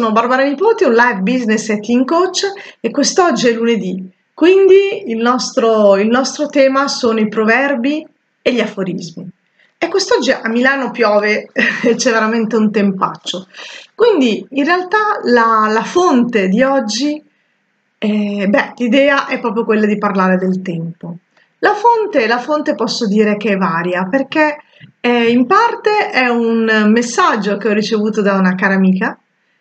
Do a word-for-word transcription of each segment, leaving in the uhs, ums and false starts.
sono Barbara Nipoti, un live business e team coach e quest'oggi è lunedì, quindi il nostro, il nostro tema sono i proverbi e gli aforismi. E quest'oggi a Milano piove e c'è veramente un tempaccio. Quindi in realtà la, la fonte di oggi, eh, beh, l'idea è proprio quella di parlare del tempo. La fonte, la fonte posso dire che è varia perché eh, in parte è un messaggio che ho ricevuto da una cara amica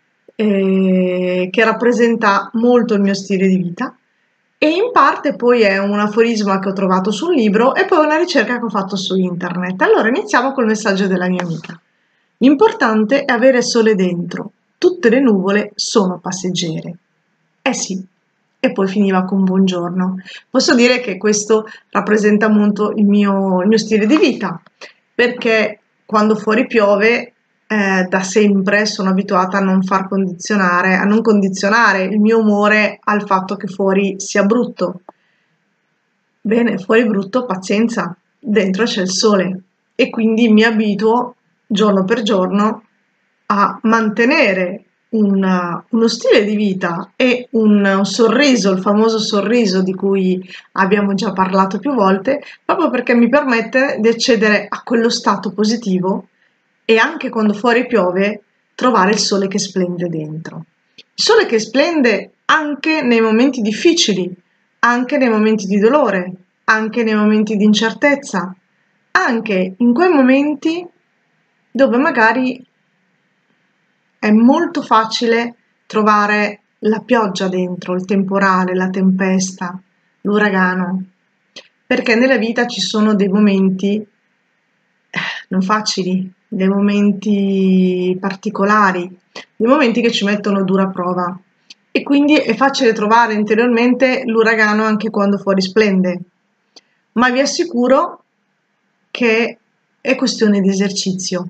eh, che rappresenta molto il mio stile di vita e in parte poi è un aforisma che ho trovato su un libro e poi una ricerca che ho fatto su internet. Allora iniziamo col messaggio della mia amica. L'importante è avere sole dentro, tutte le nuvole sono passeggere. Eh sì, e poi finiva con buongiorno. Posso dire che questo rappresenta molto il mio, il mio stile di vita, perché quando fuori piove eh, da sempre sono abituata a non far condizionare, a non condizionare il mio umore al fatto che fuori sia brutto. Bene, fuori brutto, pazienza, dentro c'è il sole e quindi mi abituo giorno per giorno a mantenere un, uno stile di vita e un, un sorriso, il famoso sorriso di cui abbiamo già parlato più volte, proprio perché mi permette di accedere a quello stato positivo e anche quando fuori piove trovare il sole che splende dentro. Il sole che splende anche nei momenti difficili, anche nei momenti di dolore, anche nei momenti di incertezza, anche in quei momenti dove magari è molto facile trovare la pioggia dentro, il temporale, la tempesta, l'uragano, perché nella vita ci sono dei momenti non facili, dei momenti particolari, dei momenti che ci mettono a dura prova e quindi è facile trovare interiormente l'uragano anche quando fuori splende, ma vi assicuro che è questione di esercizio.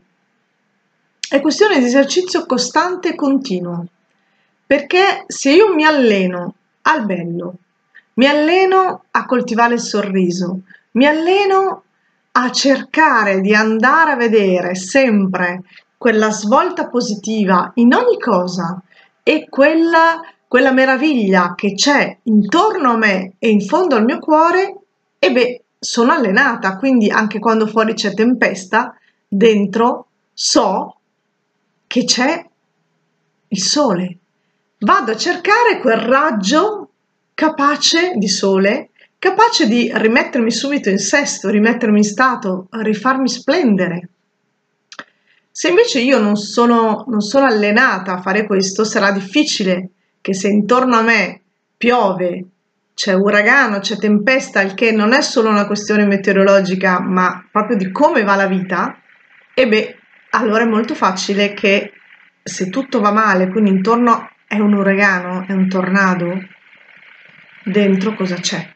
È questione di esercizio costante e continuo, perché se io mi alleno al bello, mi alleno a coltivare il sorriso, mi alleno a cercare di andare a vedere sempre quella svolta positiva in ogni cosa e quella, quella meraviglia che c'è intorno a me e in fondo al mio cuore, e beh, sono allenata, quindi anche quando fuori c'è tempesta, dentro so che c'è il sole. Vado a cercare quel raggio capace di sole, capace di rimettermi subito in sesto, rimettermi in stato, rifarmi splendere. Se invece io non sono, non sono allenata a fare questo, sarà difficile che se intorno a me piove, c'è uragano, c'è tempesta, il che non è solo una questione meteorologica, ma proprio di come va la vita, e beh, allora è molto facile che se tutto va male, quindi intorno è un uragano, è un tornado, dentro cosa c'è?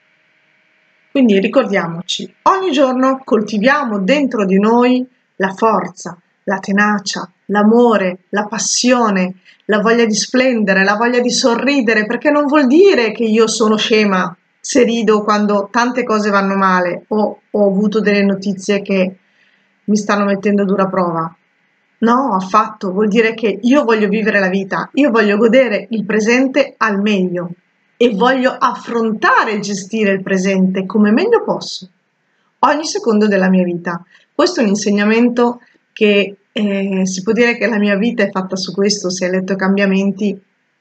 Quindi ricordiamoci, ogni giorno coltiviamo dentro di noi la forza, la tenacia, l'amore, la passione, la voglia di splendere, la voglia di sorridere, perché non vuol dire che io sono scema se rido quando tante cose vanno male o ho avuto delle notizie che mi stanno mettendo a dura prova. No, affatto, vuol dire che io voglio vivere la vita, io voglio godere il presente al meglio e voglio affrontare e gestire il presente come meglio posso, ogni secondo della mia vita. Questo è un insegnamento che eh, si può dire che la mia vita è fatta su questo. Se hai letto Cambiamenti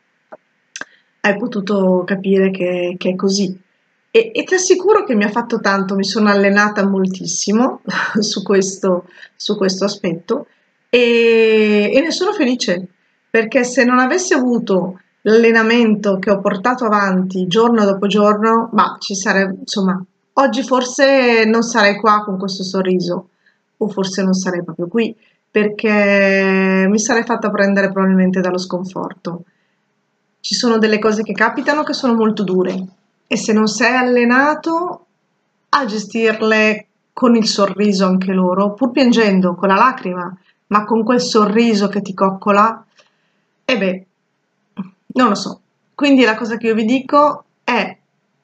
hai potuto capire che, che è così. E, e ti assicuro che mi ha fatto tanto, mi sono allenata moltissimo su questo, su questo aspetto e, e ne sono felice, perché se non avessi avuto l'allenamento che ho portato avanti giorno dopo giorno, ma ci sarebbe, insomma, oggi forse non sarei qua con questo sorriso, o forse non sarei proprio qui, perché mi sarei fatta prendere probabilmente dallo sconforto. Ci sono delle cose che capitano che sono molto dure e se non sei allenato a gestirle con il sorriso anche loro, pur piangendo, con la lacrima, ma con quel sorriso che ti coccola, e beh, non lo so. Quindi la cosa che io vi dico è: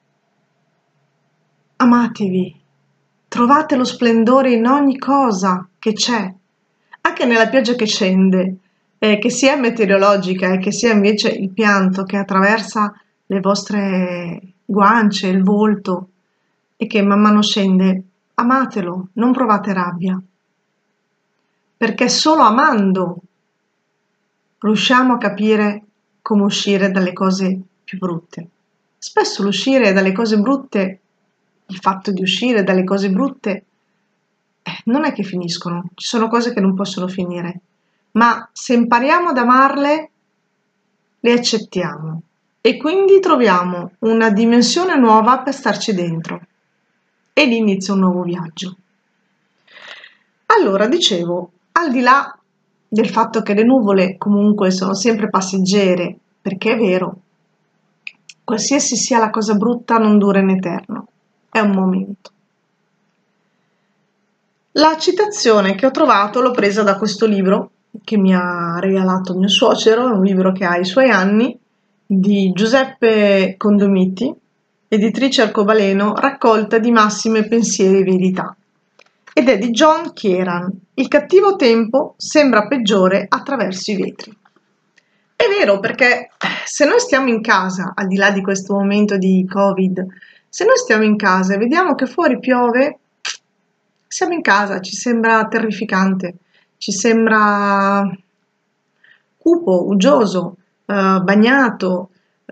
amatevi, trovate lo splendore in ogni cosa che c'è, anche nella pioggia che scende. eh, che sia meteorologica e che sia invece il pianto che attraversa le vostre guance, il volto e che man mano scende, amatelo, non provate rabbia, perché solo amando riusciamo a capire come uscire dalle cose più brutte. Spesso l'uscire dalle cose brutte, il fatto di uscire dalle cose brutte, eh, non è che finiscono, ci sono cose che non possono finire, ma se impariamo ad amarle, le accettiamo e quindi troviamo una dimensione nuova per starci dentro e lì inizia un nuovo viaggio. Allora, dicevo, al di là del fatto che le nuvole comunque sono sempre passeggere, perché è vero, qualsiasi sia la cosa brutta non dura in eterno, è un momento. La citazione che ho trovato l'ho presa da questo libro che mi ha regalato mio suocero, è un libro che ha i suoi anni, di Giuseppe Condomiti, editrice Arcobaleno, raccolta di massime pensieri e verità. Ed è di John Kieran. Il cattivo tempo sembra peggiore attraverso i vetri. È vero, perché se noi stiamo in casa, al di là di questo momento di Covid, se noi stiamo in casa e vediamo che fuori piove, siamo in casa, ci sembra terrificante, ci sembra cupo, uggioso, eh, bagnato,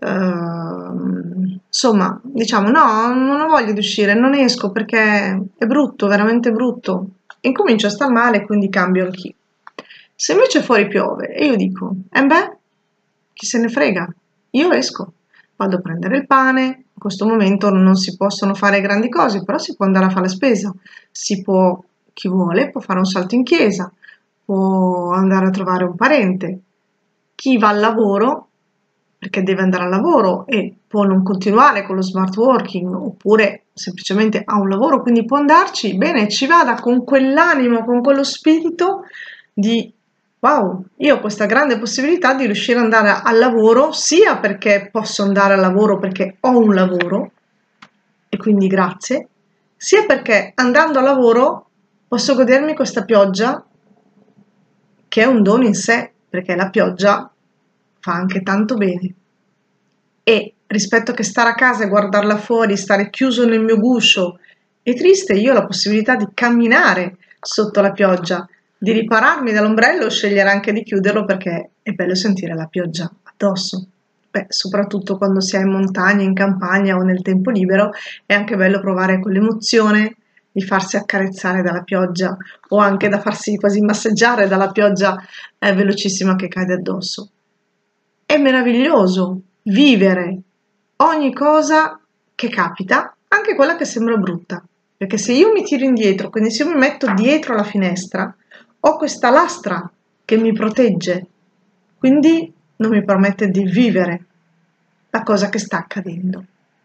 eh, insomma, diciamo no, non ho voglia di uscire, non esco perché è brutto, veramente brutto, e incomincio a star male, quindi cambio anch'io. Se invece fuori piove e io dico, eh beh, chi se ne frega, io esco, vado a prendere il pane, in questo momento non si possono fare grandi cose, però si può andare a fare la spesa, si può, chi vuole, può fare un salto in chiesa, può andare a trovare un parente, chi va al lavoro, perché deve andare al lavoro e può non continuare con lo smart working, oppure semplicemente ha un lavoro, quindi può andarci, bene, ci vada con quell'animo, con quello spirito di wow, io ho questa grande possibilità di riuscire ad andare al lavoro, sia perché posso andare al lavoro perché ho un lavoro, e quindi grazie, sia perché andando al lavoro posso godermi questa pioggia, che è un dono in sé, perché la pioggia fa anche tanto bene. E rispetto che stare a casa e guardarla fuori, stare chiuso nel mio guscio, è triste, io ho la possibilità di camminare sotto la pioggia, di ripararmi dall'ombrello o scegliere anche di chiuderlo perché è bello sentire la pioggia addosso. Beh, soprattutto quando si è in montagna, in campagna o nel tempo libero, è anche bello provare quell'emozione di farsi accarezzare dalla pioggia o anche da farsi quasi massaggiare dalla pioggia eh, velocissima che cade addosso. È meraviglioso vivere ogni cosa che capita, anche quella che sembra brutta, perché se io mi tiro indietro, quindi se io mi metto dietro la finestra, ho questa lastra che mi protegge, quindi non mi permette di vivere la cosa che sta accadendo.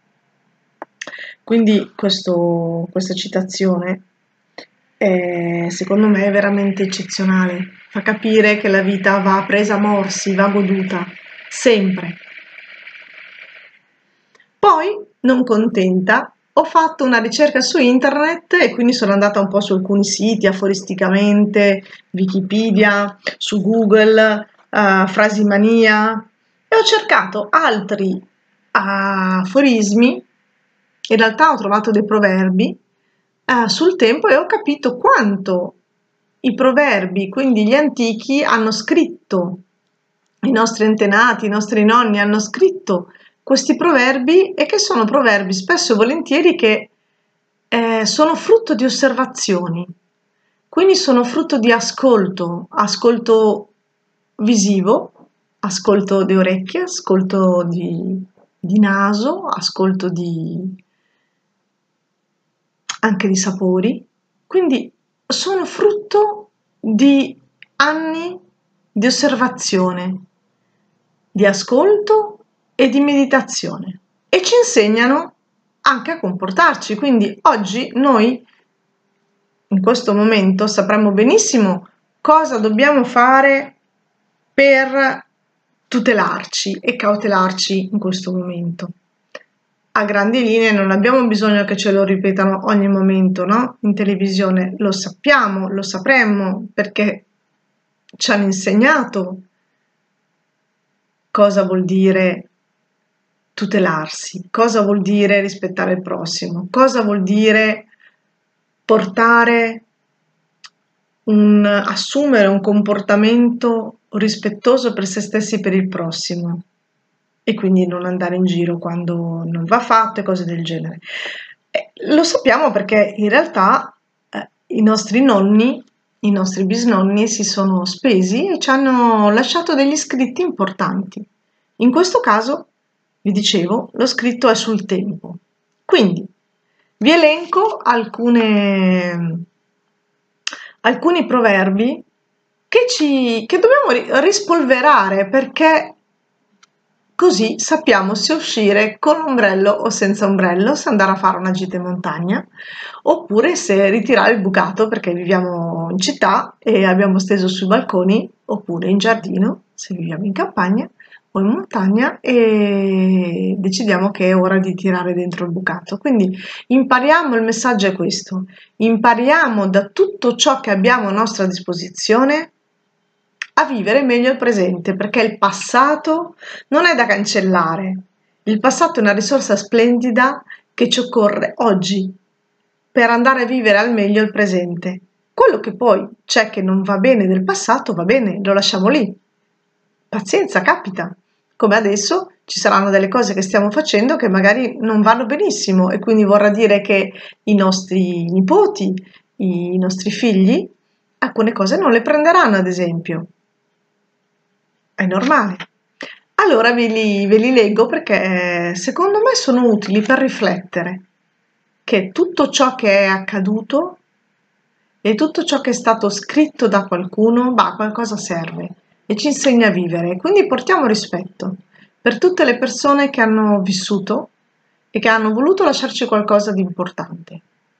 Quindi questo, questa citazione è, secondo me, è veramente eccezionale, fa capire che la vita va presa a morsi, va goduta, sempre. Poi, non contenta, ho fatto una ricerca su internet e quindi sono andata un po' su alcuni siti, Aforisticamente, Wikipedia, su Google, uh, Frasimania, e ho cercato altri uh, aforismi. In realtà ho trovato dei proverbi uh, sul tempo e ho capito quanto i proverbi, quindi gli antichi, hanno scritto, i nostri antenati, i nostri nonni hanno scritto questi proverbi, e che sono proverbi spesso e volentieri che eh, sono frutto di osservazioni, quindi sono frutto di ascolto, ascolto visivo, ascolto di orecchie, ascolto di, di naso, ascolto di, anche di sapori, quindi sono frutto di anni di osservazione, di ascolto e di meditazione, e ci insegnano anche a comportarci. Quindi oggi noi in questo momento sapremo benissimo cosa dobbiamo fare per tutelarci e cautelarci in questo momento. A grandi linee non abbiamo bisogno che ce lo ripetano ogni momento, no? In televisione lo sappiamo, lo sapremmo perché ci hanno insegnato cosa vuol dire tutelarsi, cosa vuol dire rispettare il prossimo, cosa vuol dire portare un assumere un comportamento rispettoso per se stessi e per il prossimo, e quindi non andare in giro quando non va fatto e cose del genere. Eh, lo sappiamo perché in realtà eh, i nostri nonni, i nostri bisnonni si sono spesi e ci hanno lasciato degli scritti importanti. In questo caso, vi dicevo, lo scritto è sul tempo. Quindi vi elenco alcune, alcuni proverbi che, ci, che dobbiamo rispolverare, perché così sappiamo se uscire con ombrello o senza ombrello, se andare a fare una gita in montagna, oppure se ritirare il bucato perché viviamo in città e abbiamo steso sui balconi, oppure in giardino se viviamo in campagna o in montagna e decidiamo che è ora di tirare dentro il bucato. Quindi impariamo, il messaggio è questo: impariamo da tutto ciò che abbiamo a nostra disposizione a vivere meglio il presente, perché il passato non è da cancellare. Il passato è una risorsa splendida che ci occorre oggi per andare a vivere al meglio il presente. Quello che poi c'è che non va bene del passato, va bene, lo lasciamo lì. Pazienza, capita. Come adesso ci saranno delle cose che stiamo facendo che magari non vanno benissimo, e quindi vorrà dire che i nostri nipoti, i nostri figli, alcune cose non le prenderanno, ad esempio. È normale. Allora ve li, ve li leggo perché secondo me sono utili per riflettere che tutto ciò che è accaduto e tutto ciò che è stato scritto da qualcuno, bah, qualcosa serve e ci insegna a vivere. Quindi portiamo rispetto per tutte le persone che hanno vissuto e che hanno voluto lasciarci qualcosa di importante.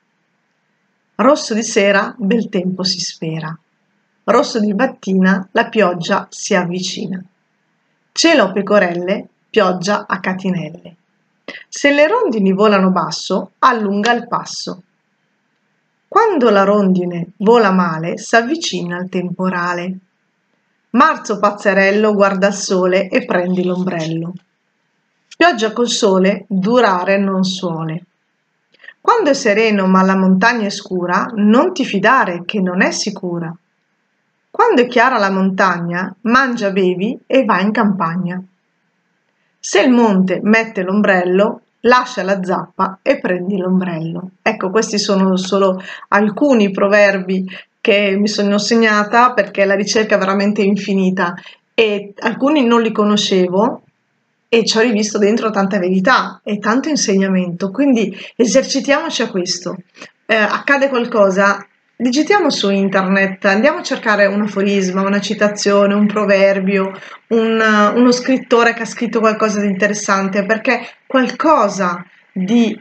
Rosso di sera, bel tempo si spera. Rosso di mattina, la pioggia si avvicina. Cielo a pecorelle, pioggia a catinelle. Se le rondini volano basso, allunga il passo. Quando la rondine vola male, s'avvicina al temporale. Marzo pazzerello, guarda il sole e prendi l'ombrello. Pioggia col sole durare non suole. Quando è sereno ma la montagna è scura, non ti fidare che non è sicura. Quando è chiara la montagna, mangia, bevi e va in campagna. Se il monte mette l'ombrello, lascia la zappa e prendi l'ombrello. Ecco, questi sono solo alcuni proverbi che mi sono segnata perché la ricerca è veramente infinita e alcuni non li conoscevo e ci ho rivisto dentro tanta verità e tanto insegnamento, quindi esercitiamoci a questo. Eh, accade qualcosa, digitiamo su internet, andiamo a cercare un aforisma, una citazione, un proverbio, un, uno scrittore che ha scritto qualcosa di interessante, perché qualcosa di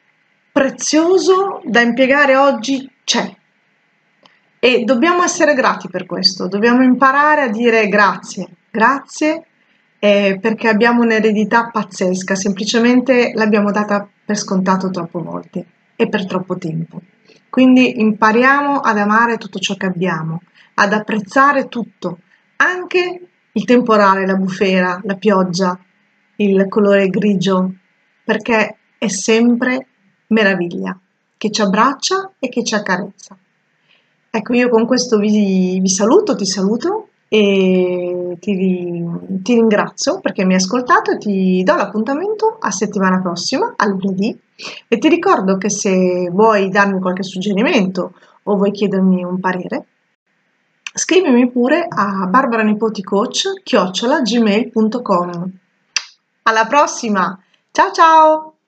prezioso da impiegare oggi c'è. E dobbiamo essere grati per questo, dobbiamo imparare a dire grazie, grazie eh, perché abbiamo un'eredità pazzesca, semplicemente l'abbiamo data per scontato troppe volte e per troppo tempo. Quindi impariamo ad amare tutto ciò che abbiamo, ad apprezzare tutto, anche il temporale, la bufera, la pioggia, il colore grigio, perché è sempre meraviglia che ci abbraccia e che ci accarezza. Ecco, io con questo vi, vi saluto, ti saluto e ti, ti ringrazio perché mi hai ascoltato e ti do l'appuntamento a settimana prossima, a lunedì, e ti ricordo che se vuoi darmi qualche suggerimento o vuoi chiedermi un parere, scrivimi pure a barbaranipoticoach chiocciola gmail punto com. Alla prossima, ciao ciao!